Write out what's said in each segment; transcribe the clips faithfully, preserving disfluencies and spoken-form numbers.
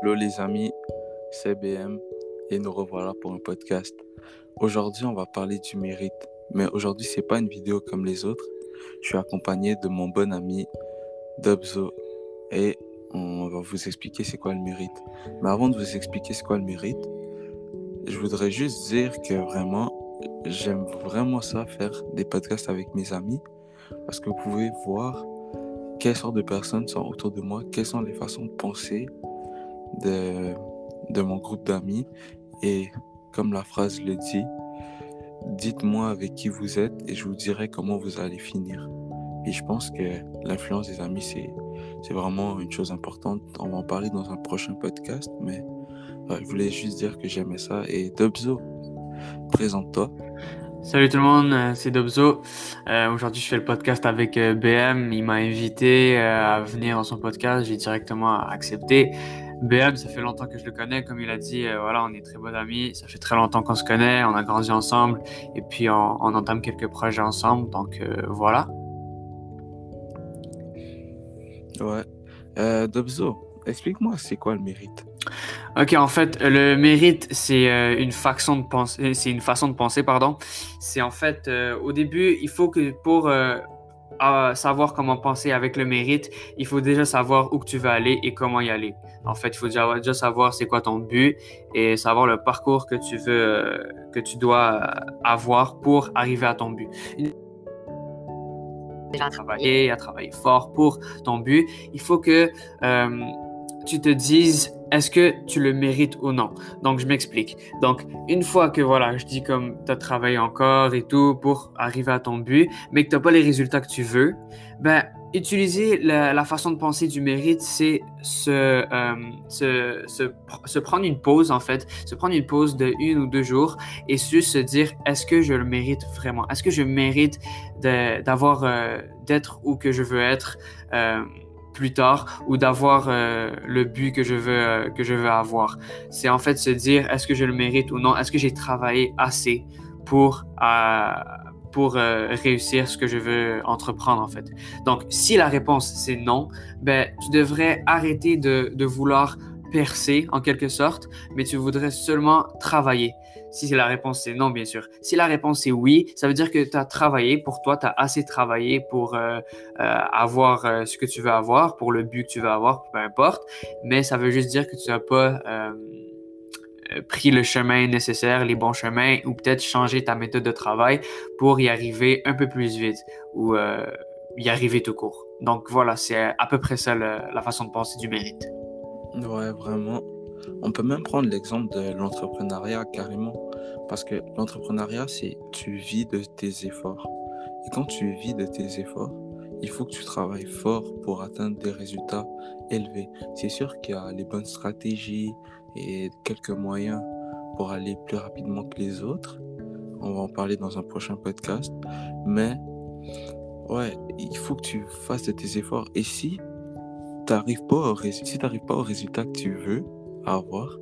Hello les amis, c'est B M et nous revoilà pour un podcast. Aujourd'hui, on va parler du mérite. Mais aujourd'hui, c'est pas une vidéo comme les autres. Je suis accompagné de mon bon ami Dobzo et on va vous expliquer c'est quoi le mérite. Mais avant de vous expliquer c'est quoi le mérite, je voudrais juste dire que vraiment, j'aime vraiment ça faire des podcasts avec mes amis parce que vous pouvez voir quelles sortes de personnes sont autour de moi, quelles sont les façons de penser de, de mon groupe d'amis. Et comme la phrase le dit, dites-moi avec qui vous êtes et je vous dirai comment vous allez finir. Et je pense que l'influence des amis, c'est, c'est vraiment une chose importante. On va en parler dans un prochain podcast, mais ouais, je voulais juste dire que j'aimais ça. Et Dobzo, présente-toi. Salut tout le monde, euh, c'est Dobzo. Euh, aujourd'hui, je fais le podcast avec euh, B M. Il m'a invité euh, à venir dans son podcast. J'ai directement accepté. B M, ça fait longtemps que je le connais. Comme il a dit, euh, voilà, on est très bons amis. Ça fait très longtemps qu'on se connaît. On a grandi ensemble et puis on, on entame quelques projets ensemble. Donc euh, voilà. Ouais. Euh, Dobzo, explique-moi c'est quoi le mérite? Ok, en fait, le mérite, c'est euh, une façon de penser, c'est une façon de penser, pardon. C'est en fait, euh, au début, il faut que pour euh, à savoir comment penser avec le mérite, il faut déjà savoir où que tu veux aller et comment y aller. En fait, il faut déjà, déjà savoir c'est quoi ton but et savoir le parcours que tu veux, euh, que tu dois avoir pour arriver à ton but. Déjà à travailler, à travailler fort pour ton but. Il faut que euh, tu te dises est-ce que tu le mérites ou non. Donc, je m'explique. Donc, une fois que, voilà, je dis comme tu as travaillé encore et tout pour arriver à ton but, mais que tu n'as pas les résultats que tu veux, ben, utiliser la, la façon de penser du mérite, c'est se, euh, se, se, se prendre une pause, en fait, se prendre une pause de une ou deux jours et juste se dire est-ce que je le mérite vraiment? Est-ce que je mérite de, d'avoir, euh, d'être où que je veux être euh, plus tard ou d'avoir euh, le but que je veux euh, que je veux avoir. C'est en fait se dire est-ce que je le mérite ou non, est-ce que j'ai travaillé assez pour euh, pour euh, réussir ce que je veux entreprendre en fait. Donc si la réponse c'est non, ben tu devrais arrêter de de vouloir percer en quelque sorte, mais tu voudrais seulement travailler. Si la réponse c'est non, bien sûr. Si la réponse est oui, ça veut dire que tu as travaillé pour toi, tu as assez travaillé pour euh, euh, avoir euh, ce que tu veux avoir, pour le but que tu veux avoir, peu importe. Mais ça veut juste dire que tu n'as pas euh, pris le chemin nécessaire, les bons chemins, ou peut-être changer ta méthode de travail pour y arriver un peu plus vite ou euh, y arriver tout court. Donc voilà, c'est à peu près ça le, la façon de penser du mérite. Ouais, vraiment. On peut même prendre l'exemple de l'entrepreneuriat carrément. Parce que l'entrepreneuriat, c'est tu vis de tes efforts. Et quand tu vis de tes efforts, il faut que tu travailles fort pour atteindre des résultats élevés. C'est sûr qu'il y a les bonnes stratégies et quelques moyens pour aller plus rapidement que les autres. On va en parler dans un prochain podcast. Mais ouais, il faut que tu fasses de tes efforts. Et si t'arrives pas au résu- si t'arrives pas au résultat que tu veux avoir,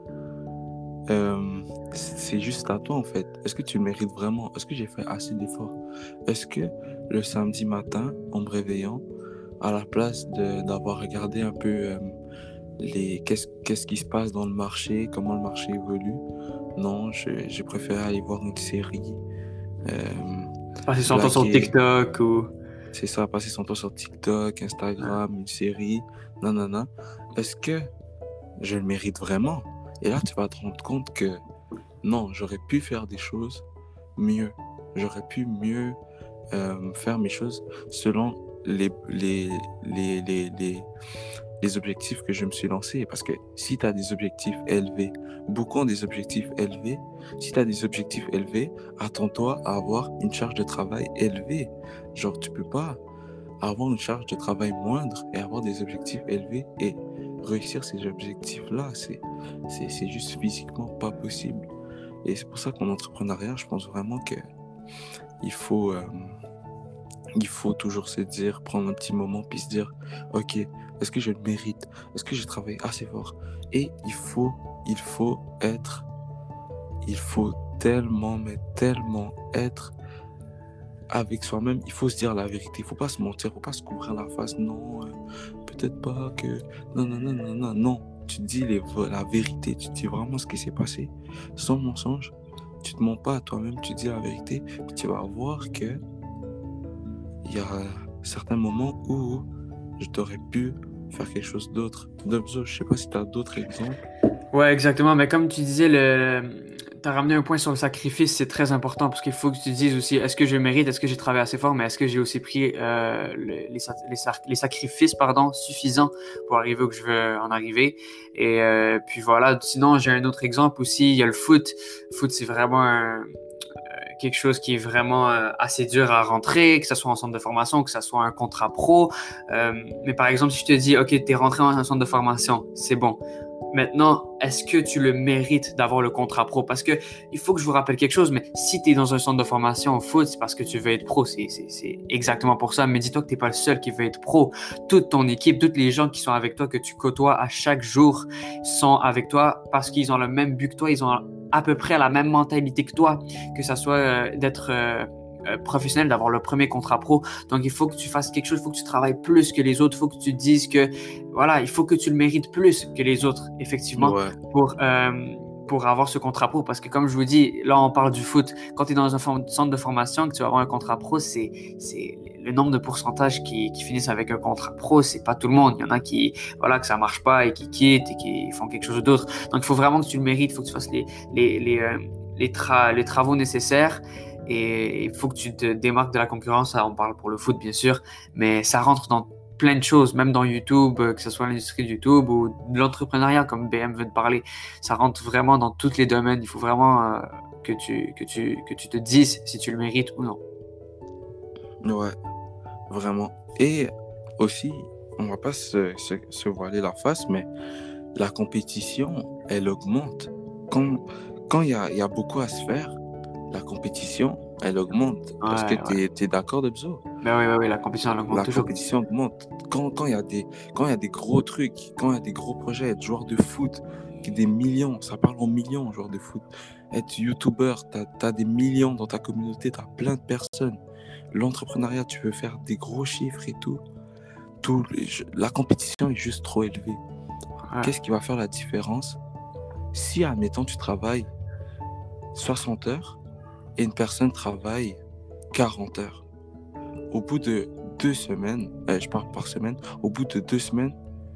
euh, c'est juste à toi en fait. Est-ce que tu le mérites vraiment? Est-ce que j'ai fait assez d'efforts? Est-ce que le samedi matin, en me réveillant, à la place de d'avoir regardé un peu euh, les qu'est-ce qu'est-ce qui se passe dans le marché, comment le marché évolue, non, je- j'ai préféré aller voir une série, euh, Passer son temps sur blaguer. TikTok ou... C'est ça, passer son temps sur TikTok, Instagram, une série, nanana. Est-ce que je le mérite vraiment? Et là, tu vas te rendre compte que non, j'aurais pu faire des choses mieux. J'aurais pu mieux euh, faire mes choses selon les, les, les, les, les, les objectifs que je me suis lancé. Parce que si tu as des objectifs élevés, beaucoup ont des objectifs élevés. Si tu as des objectifs élevés, attends-toi à avoir une charge de travail élevée. Genre, tu peux pas avoir une charge de travail moindre et avoir des objectifs élevés et réussir ces objectifs-là. C'est, c'est, c'est juste physiquement pas possible. Et c'est pour ça qu'en entrepreneuriat, je pense vraiment que il faut, euh, il faut toujours se dire, prendre un petit moment puis se dire, ok, est-ce que je le mérite? Est-ce que j'ai travaillé assez fort? Et il faut, il faut être, il faut tellement, mais tellement être avec soi-même. Il faut se dire la vérité. Il faut pas se mentir, il faut pas se couvrir la face. Non, euh, peut-être pas que, non, non, non, non, non, non. tu te dis les, la vérité, tu te dis vraiment ce qui s'est passé, sans mensonge, tu te mens pas à toi-même, tu dis la vérité, puis tu vas voir que il y a certains moments où je t'aurais pu faire quelque chose d'autre. Dobzo, je sais pas si tu as d'autres exemples. Ouais, exactement. Mais comme tu disais, le... tu as ramené un point sur le sacrifice, c'est très important parce qu'il faut que tu te dises aussi, est-ce que je mérite, est-ce que j'ai travaillé assez fort, mais est-ce que j'ai aussi pris euh, le- les, sa- les, sa- les sacrifices pardon, suffisants pour arriver où je veux en arriver. Et euh, puis voilà, sinon j'ai un autre exemple aussi, il y a le foot. Le foot, c'est vraiment un- quelque chose qui est vraiment euh, assez dur à rentrer, que ce soit en centre de formation, que ce soit un contrat pro. Euh, mais par exemple, si je te dis, OK, tu es rentré dans un centre de formation, c'est bon. Maintenant, est-ce que tu le mérites d'avoir le contrat pro? Parce que il faut que je vous rappelle quelque chose, mais si tu es dans un centre de formation au foot, c'est parce que tu veux être pro. C'est, c'est, c'est exactement pour ça. Mais dis-toi que tu n'es pas le seul qui veut être pro. Toute ton équipe, tous les gens qui sont avec toi, que tu côtoies à chaque jour, sont avec toi parce qu'ils ont le même but que toi. Ils ont à peu près la même mentalité que toi, que ça soit euh, d'être euh, euh, professionnel, d'avoir le premier contrat pro. Donc, il faut que tu fasses quelque chose, il faut que tu travailles plus que les autres, il faut que tu te dises que, voilà, il faut que tu le mérites plus que les autres, effectivement, Ouais, pour, euh, pour avoir ce contrat pro. Parce que, comme je vous dis, là, on parle du foot. Quand tu es dans un centre de formation, que tu vas avoir un contrat pro, c'est, c'est le nombre de pourcentages qui, qui finissent avec un contrat pro, c'est pas tout le monde. Il y en a qui, voilà, que ça marche pas et qui quittent et qui font quelque chose d'autre. Donc, il faut vraiment que tu le mérites, il faut que tu fasses les, les, les, euh, les, tra- les travaux nécessaires. Et il faut que tu te démarques de la concurrence. Ça, on parle pour le foot, bien sûr, mais ça rentre dans plein de choses, même dans YouTube, que ce soit l'industrie de YouTube ou de l'entrepreneuriat, comme B M veut te parler. Ça rentre vraiment dans tous les domaines. Il faut vraiment euh, que, tu, que, tu, que tu te dises si tu le mérites ou non. ouais, vraiment. Et aussi, on va pas se, se, se voiler la face, mais la compétition, elle augmente. Quand quand il y a, il y a beaucoup à se faire, la compétition, elle augmente. Est-ce que Ouais, ouais. tu es d'accord, Debzo? Ben oui, oui, oui, la compétition, elle augmente La toujours. compétition augmente. Quand, quand il y a des, quand il y a des gros trucs, quand il y a des gros projets, être joueur de foot, qui des millions, ça parle en millions, joueur de foot. Être youtubeur, tu as des millions dans ta communauté, tu as plein de personnes. L'entrepreneuriat, tu veux faire des gros chiffres et tout. tout la compétition est juste trop élevée. Ouais. Qu'est-ce qui va faire la différence? Si, admettons, tu travailles soixante heures et une personne travaille quarante heures. Au bout de deux semaines, euh, je parle par semaine, au bout de deux semaines,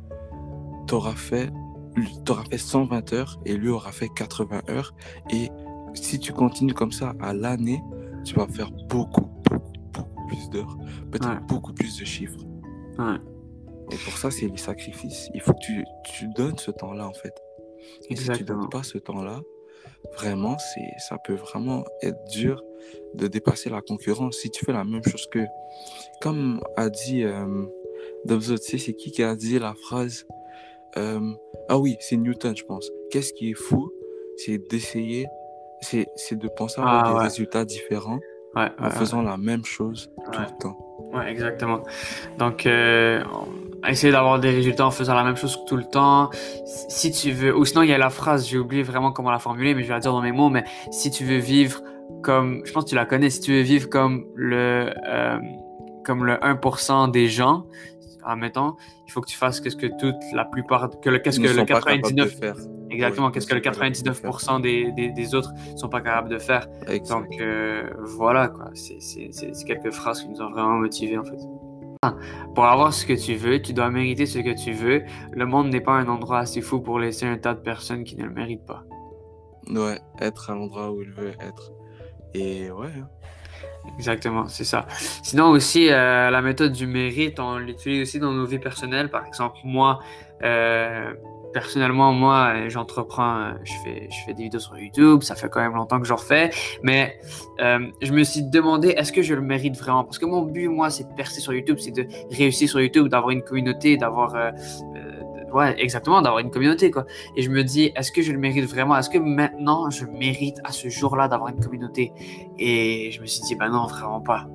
tu auras fait, t'auras fait cent vingt heures et lui aura fait quatre-vingts heures. Et si tu continues comme ça à l'année, tu vas faire beaucoup, beaucoup, beaucoup plus d'heures, peut-être Ouais. beaucoup plus de chiffres. Ouais. Et pour ça, c'est les sacrifices. Il faut que tu, tu donnes ce temps-là, en fait. Et si tu Exactement. donnes pas ce temps-là, vraiment, c'est, ça peut vraiment être dur de dépasser la concurrence. Si tu fais la même chose que, comme a dit euh, Dobzo, tu sais, c'est qui qui a dit la phrase euh, ah oui, c'est Newton, je pense. Qu'est-ce qui est fou, c'est d'essayer, c'est, c'est de penser avoir Ah des ouais. résultats différents Ouais, en ouais, faisant la même chose tout ouais. le temps. Ouais, exactement. Donc, euh, on- essayer d'avoir des résultats en faisant la même chose tout le temps. Si tu veux, ou sinon il y a la phrase, j'ai oublié vraiment comment la formuler, mais je vais la dire dans mes mots. Mais si tu veux vivre comme, je pense que tu la connais, si tu veux vivre comme le, euh, comme le un pour cent des gens, admettons, il faut que tu fasses qu'est-ce que toute la plupart, que le, qu'est-ce Ils que ne le sont pas capables de quatre-vingt-dix-neuf, faire. exactement, Oui, ils ne qu'est-ce que le sont pas capables de faire. quatre-vingt-dix-neuf pour cent des, des, des autres sont pas capables de faire. Exact. Donc, euh, voilà, quoi. C'est, c'est, c'est c'est quelques phrases qui nous ont vraiment motivés, en fait. Pour avoir ce que tu veux, tu dois mériter ce que tu veux. Le monde n'est pas un endroit assez fou pour laisser un tas de personnes qui ne le méritent pas. Ouais, être à l'endroit où il veut être. Et ouais, hein. Exactement, c'est ça. Sinon aussi, euh, la méthode du mérite, on l'utilise aussi dans nos vies personnelles. Par exemple, moi, euh, personnellement, moi, euh, j'entreprends, euh, je fais, je fais des vidéos sur YouTube, ça fait quand même longtemps que j'en refais, mais euh, je me suis demandé, est-ce que je le mérite vraiment? Parce que mon but, moi, c'est de percer sur YouTube, c'est de réussir sur YouTube, d'avoir une communauté, d'avoir... euh, euh, Ouais, exactement, d'avoir une communauté, quoi. Et je me dis, est-ce que je le mérite vraiment? Est-ce que maintenant, je mérite à ce jour-là d'avoir une communauté? Et je me suis dit, bah non, vraiment pas.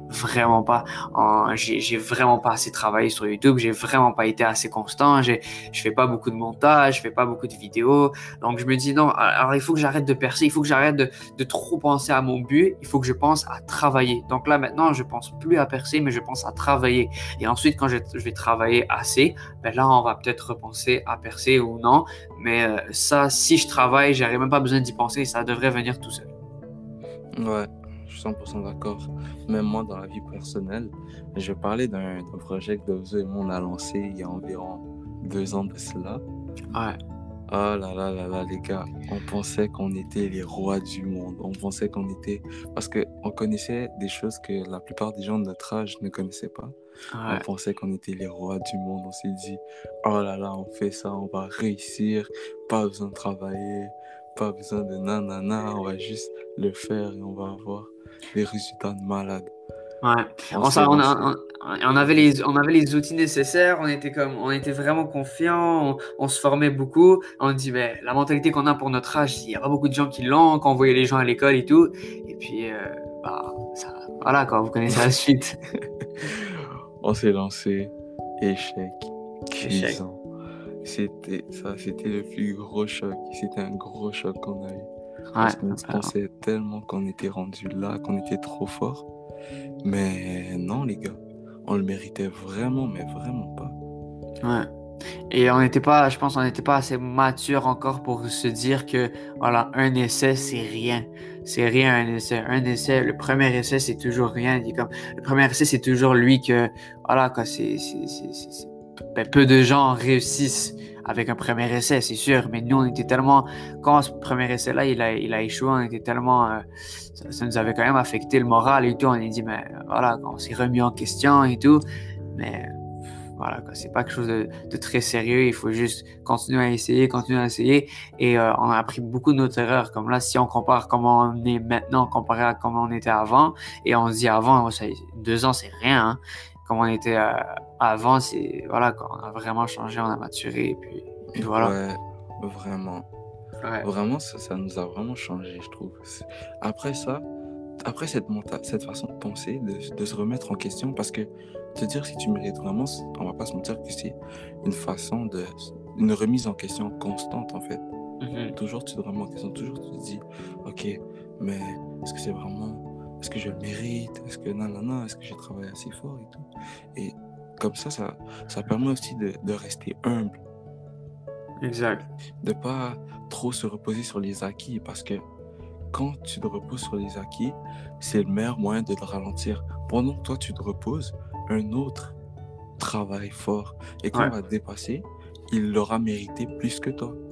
vraiment pas. En- j'ai, j'ai vraiment pas assez travaillé sur YouTube. J'ai vraiment pas été assez constant. J'ai, je fais pas beaucoup de montage, je fais pas beaucoup de vidéos. Donc, je me dis non, alors il faut que j'arrête de percer, il faut que j'arrête de, de trop penser à mon but. Il faut que je pense à travailler. Donc là, maintenant, je pense plus à percer, mais je pense à travailler. Et ensuite, quand je, je vais travailler assez, ben là, on va peut-être repenser à percer ou non. Mais euh, ça, si je travaille, j'aurais même pas besoin d'y penser. Ça devrait venir tout seul. Ouais, je suis cent pour cent d'accord. Même moi, dans la vie personnelle, je vais parler d'un d'un projet que Dozo et moi, on a lancé il y a environ deux ans de cela. Ouais, Ah là là là là, les gars, on pensait qu'on était les rois du monde. On pensait qu'on était... Parce qu'on connaissait des choses que la plupart des gens de notre âge ne connaissaient pas. On ouais. pensait qu'on était les rois du monde. On s'est dit, oh là là, on fait ça, on va réussir. Pas besoin de travailler, pas besoin de nanana. On va juste le faire et on va avoir des résultats de malade. Ouais. On On, s'est ça, on, lancé. a- on- on avait les, on avait les outils nécessaires, on était comme, on était vraiment confiants, on, on se formait beaucoup. On dit, ben, la mentalité qu'on a pour notre âge, il y a pas beaucoup de gens qui l'ont, quand on voyait les gens à l'école et tout. Et puis, euh, bah, ça, voilà, quoi, vous connaissez la suite. On s'est lancé. Échec. Échec. Cuisant. C'était ça, c'était le plus gros choc. C'était un gros choc qu'on a eu. Ouais, Parce qu'on vraiment. pensait tellement qu'on était rendu là, qu'on était trop fort. Mais non, les gars, on le méritait vraiment, mais vraiment pas. Ouais. Et on n'était pas, je pense, on n'était pas assez mature encore pour se dire que, voilà, un essai, c'est rien. C'est rien, un essai. Un essai, le premier essai, c'est toujours rien. Il dit comme, le premier essai, c'est toujours lui que, voilà, quoi, c'est, c'est, c'est, c'est- c'est- ben, peu de gens réussissent avec un premier essai, c'est sûr. Mais nous, on était tellement, quand ce premier essai-là, il a, il a échoué, on était tellement, euh, ça, ça nous avait quand même affecté le moral et tout. On a dit, mais voilà, on s'est remis en question et tout. Mais, voilà, quoi. C'est pas quelque chose de, de très sérieux. Il faut juste continuer à essayer, continuer à essayer. Et euh, on a appris beaucoup de nos erreurs. Comme là, si on compare comment on est maintenant comparé à comment on était avant, et on se dit avant, ça, deux ans, c'est rien. Hein. Comme on était euh, avant, c'est voilà, quoi. On a vraiment changé, on a maturé. Et puis, puis voilà. Ouais, vraiment. Ouais. Vraiment, ça, ça nous a vraiment changé, je trouve. C'est- Après ça, après cette, monta- cette façon de penser, de, de se remettre en question, parce que te dire si tu mérites vraiment, c'est- on va pas se mentir que c'est une façon de... une remise en question constante, en fait. Mhm. Toujours, tu te remets en question, toujours, tu te dis, ok, mais est-ce que c'est vraiment... Est-ce que je le mérite? Est-ce que non, non, non, est-ce que j'ai travaillé assez fort et tout? Et comme ça, ça, ça permet aussi de, de rester humble, Exact. de pas trop se reposer sur les acquis, parce que quand tu te reposes sur les acquis, c'est le meilleur moyen de te ralentir. Pendant que toi, tu te reposes, un autre travaille fort. Et quand Ouais. on va te dépasser, il l'aura mérité plus que toi.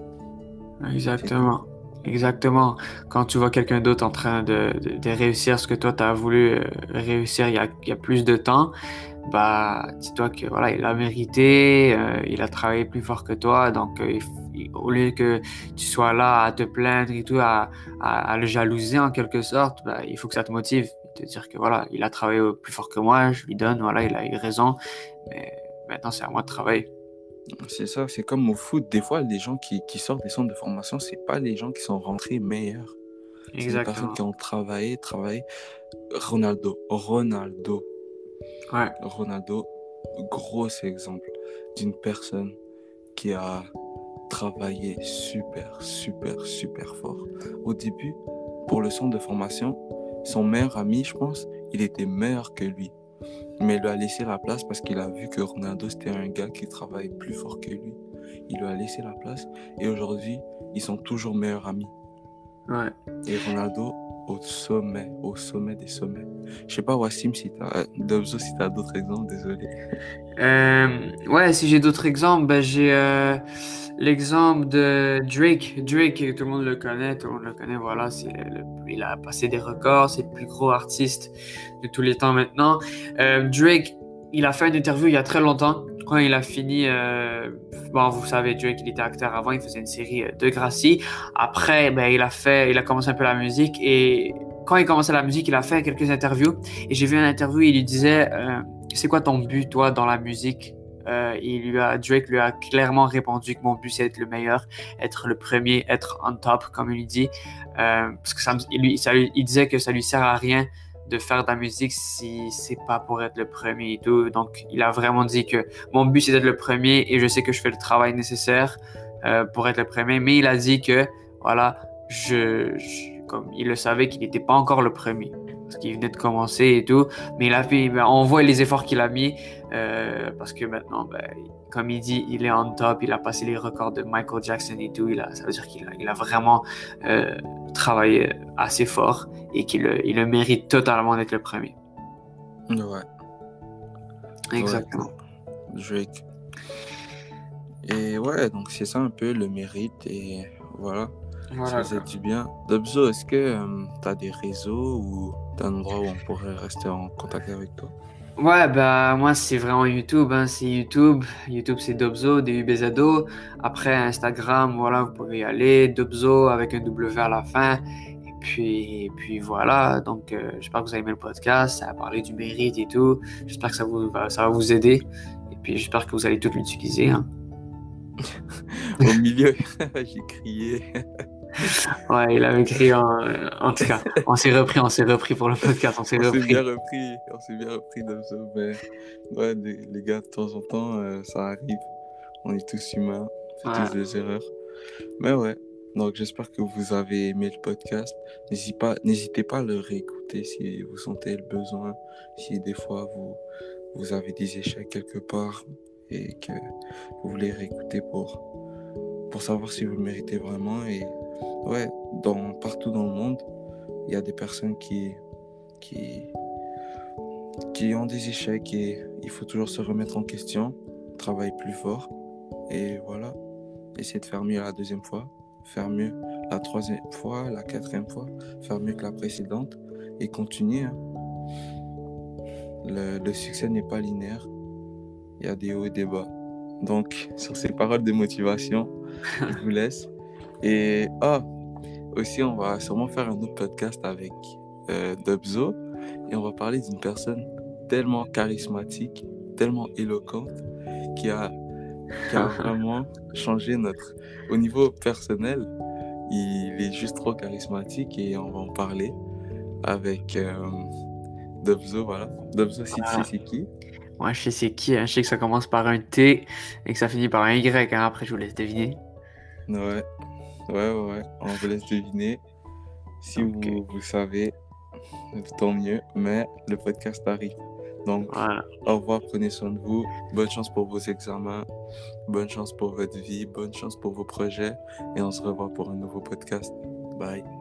C'est tout. Exactement. Exactement. Quand tu vois quelqu'un d'autre en train de, de, de réussir ce que toi, tu as voulu euh, réussir il y a, il y a plus de temps, bah, dis-toi que voilà, il a mérité, euh, il a travaillé plus fort que toi. Donc, euh, il f- il- au lieu que tu sois là à te plaindre et tout, à, à, à le jalouser en quelque sorte, bah, il faut que ça te motive. Te dire que voilà, il a travaillé plus fort que moi, je lui donne, voilà, il a eu raison. Mais maintenant, c'est à moi de travailler. C'est ça, c'est comme au foot. Des fois, les gens qui, qui sortent des centres de formation, c'est pas les gens qui sont rentrés meilleurs. C'est des personnes qui Exactement. ont travaillé, travaillé. Ronaldo, Ronaldo, Ouais. Ronaldo, gros exemple d'une personne qui a travaillé super, super, super fort. Au début, pour le centre de formation, son meilleur ami, je pense, il était meilleur que lui. Mais il lui a laissé la place parce qu'il a vu que Ronaldo, c'était un gars qui travaille plus fort que lui. Il lui a laissé la place et aujourd'hui, ils sont toujours meilleurs amis. Ouais. Et Ronaldo, au sommet, au sommet des sommets. Je sais pas, Wassim, si t'as, euh, Dobzo, si t'as d'autres exemples, désolé. Euh, ouais, si j'ai d'autres exemples, ben j'ai euh, l'exemple de Drake. Drake, tout le monde le connaît, tout le monde le connaît, voilà, c'est le- il a passé des records, c'est le plus gros artiste de tous les temps maintenant. Euh, Drake, il a fait une interview il y a très longtemps, quand il a fini, euh, bon, vous savez, Drake, il était acteur avant, il faisait une série euh, de Gracie. Après, ben, il a fait, il a commencé un peu la musique et quand il commençait la musique, il a fait quelques interviews et j'ai vu une interview, il lui disait... euh, c'est quoi ton but, toi, dans la musique? Euh, il lui a, Drake lui a clairement répondu que mon but, c'est être le meilleur, être le premier, être on top, comme il dit. Euh, parce que ça, me- il, lui- ça lui- il disait que ça lui sert à rien de faire de la musique si c'est pas pour être le premier et tout. Donc, il a vraiment dit que mon but, c'est d'être le premier et je sais que je fais le travail nécessaire euh, pour être le premier. Mais il a dit que, voilà, je, je- comme il le savait qu'il n'était pas encore le premier parce qu'il venait de commencer et tout. Mais il a fait, ben, on voit les efforts qu'il a mis euh, parce que maintenant, ben, comme il dit, il est en top, il a passé les records de Michael Jackson et tout. Il a, ça veut dire qu'il a, il a vraiment euh, travaillé assez fort et qu'il le- il le mérite totalement d'être le premier. Ouais, Exactement. ouais, Drake. Et ouais, donc c'est ça un peu le mérite et voilà, ça Voilà. faisait du bien. Dobzo, est-ce que tu as des réseaux ou t'as un endroit où on pourrait rester en contact avec toi? Ouais, bah moi c'est vraiment YouTube, hein, c'est YouTube. YouTube c'est Dobzo, D U B Z O. Après Instagram, voilà, vous pouvez y aller, Dobzo avec un W à la fin. Et puis, et puis voilà, donc euh, j'espère que vous avez aimé le podcast, ça a parlé du mérite et tout. J'espère que ça, vous, va- ça va vous aider. Et puis j'espère que vous allez tout l'utiliser, hein. Au milieu, j'ai crié. Ouais, il avait écrit en, en tout cas, on s'est repris, on s'est repris pour le podcast, on s'est On s'est bien repris. repris, on s'est bien repris Dobzo, mais ouais, les, les gars, de temps en temps, euh, ça arrive. On est tous humains, on fait Ouais. tous des erreurs. Mais ouais, donc j'espère que vous avez aimé le podcast. N'hésitez pas, n'hésitez pas à le réécouter si vous sentez le besoin, si des fois vous, vous avez des échecs quelque part et que vous voulez réécouter pour, pour savoir si vous le méritez vraiment. Et ouais, dans, partout dans le monde, il y a des personnes qui, qui, qui ont des échecs et il faut toujours se remettre en question, travailler plus fort et voilà, essayer de faire mieux la deuxième fois, faire mieux la troisième fois, la quatrième fois, faire mieux que la précédente et continuer, hein. Le, le succès n'est pas linéaire, il y a des hauts et des bas. Donc, sur ces paroles de motivation, je vous laisse. Et ah, aussi, on va sûrement faire un autre podcast avec euh, Dobzo et on va parler d'une personne tellement charismatique, tellement éloquente, qui a, qui a vraiment changé notre... Au niveau personnel, il est juste trop charismatique et on va en parler avec euh, Dobzo, voilà. Dobzo, si tu sais c'est qui? Moi, je sais c'est qui, hein. Je sais que ça commence par un T et que ça finit par un Y, hein. Après, je vous laisse deviner. Ouais, ouais, ouais, ouais. On vous laisse deviner. Si Donc, vous, vous savez, tant mieux, mais le podcast arrive. Donc, voilà. au revoir, prenez soin de vous. Bonne chance pour vos examens, bonne chance pour votre vie, bonne chance pour vos projets. Et on se revoit pour un nouveau podcast. Bye.